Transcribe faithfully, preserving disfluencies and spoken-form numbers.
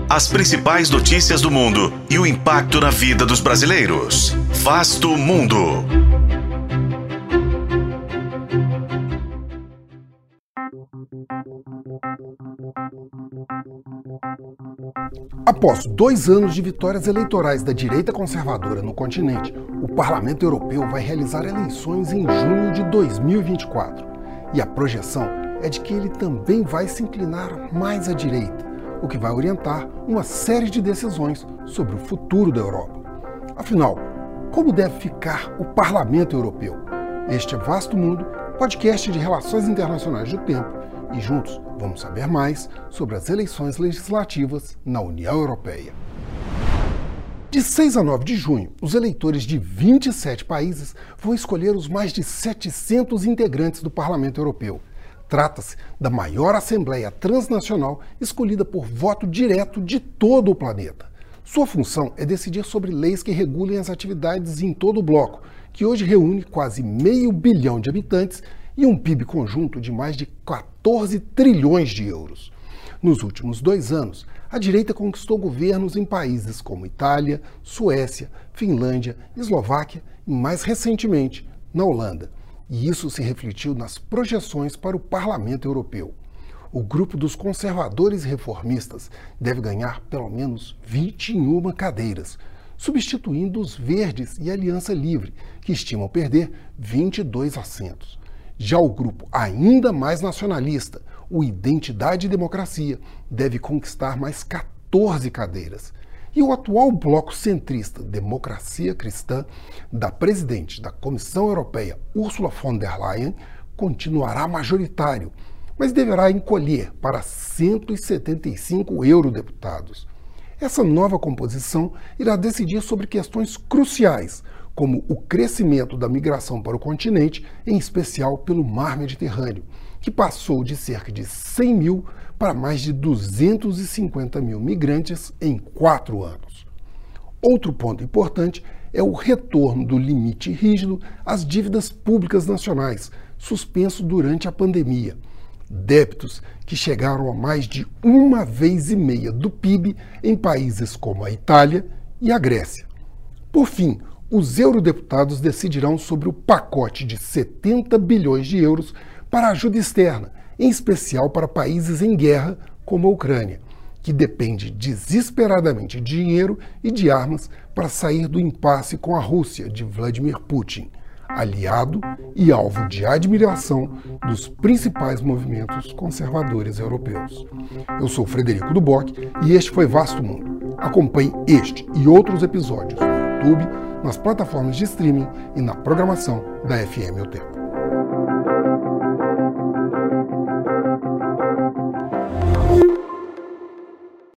As principais notícias do mundo e o impacto na vida dos brasileiros. Vasto Mundo. Após dois anos de vitórias eleitorais da direita conservadora no continente, o Parlamento Europeu vai realizar eleições em junho de dois mil e vinte e quatro. E a projeção é de que ele também vai se inclinar mais à direita, o que vai orientar uma série de decisões sobre o futuro da Europa. Afinal, como deve ficar o Parlamento Europeu? Este é Vasto Mundo, podcast de relações internacionais do tempo, e juntos vamos saber mais sobre as eleições legislativas na União Europeia. De seis a nove de junho, os eleitores de vinte e sete países vão escolher os mais de setecentos integrantes do Parlamento Europeu. Trata-se da maior assembleia transnacional escolhida por voto direto de todo o planeta. Sua função é decidir sobre leis que regulem as atividades em todo o bloco, que hoje reúne quase meio bilhão de habitantes e um P I B conjunto de mais de quatorze trilhões de euros. Nos últimos dois anos, a direita conquistou governos em países como Itália, Suécia, Finlândia, Eslováquia e, mais recentemente, na Holanda. E isso se refletiu nas projeções para o Parlamento Europeu. O grupo dos conservadores e reformistas deve ganhar pelo menos vinte e uma cadeiras, substituindo os Verdes e Aliança Livre, que estimam perder vinte e dois assentos. Já o grupo ainda mais nacionalista, o Identidade e Democracia, deve conquistar mais quatorze cadeiras. E o atual bloco centrista Democracia Cristã, da presidente da Comissão Europeia, Ursula von der Leyen, continuará majoritário, mas deverá encolher para cento e setenta e cinco eurodeputados. Essa nova composição irá decidir sobre questões cruciais, como o crescimento da migração para o continente, em especial pelo Mar Mediterrâneo, que passou de cerca de cem mil para mais de duzentos e cinquenta mil migrantes em quatro anos. Outro ponto importante é o retorno do limite rígido às dívidas públicas nacionais, suspenso durante a pandemia. Débitos que chegaram a mais de uma vez e meia do P I B em países como a Itália e a Grécia. Por fim, os eurodeputados decidirão sobre o pacote de setenta bilhões de euros para ajuda externa, em especial para países em guerra como a Ucrânia, que depende desesperadamente de dinheiro e de armas para sair do impasse com a Rússia de Vladimir Putin, aliado e alvo de admiração dos principais movimentos conservadores europeus. Eu sou Frederico Duboc e este foi Vasto Mundo. Acompanhe este e outros episódios no YouTube, nas plataformas de streaming e na programação da F M O Tempo.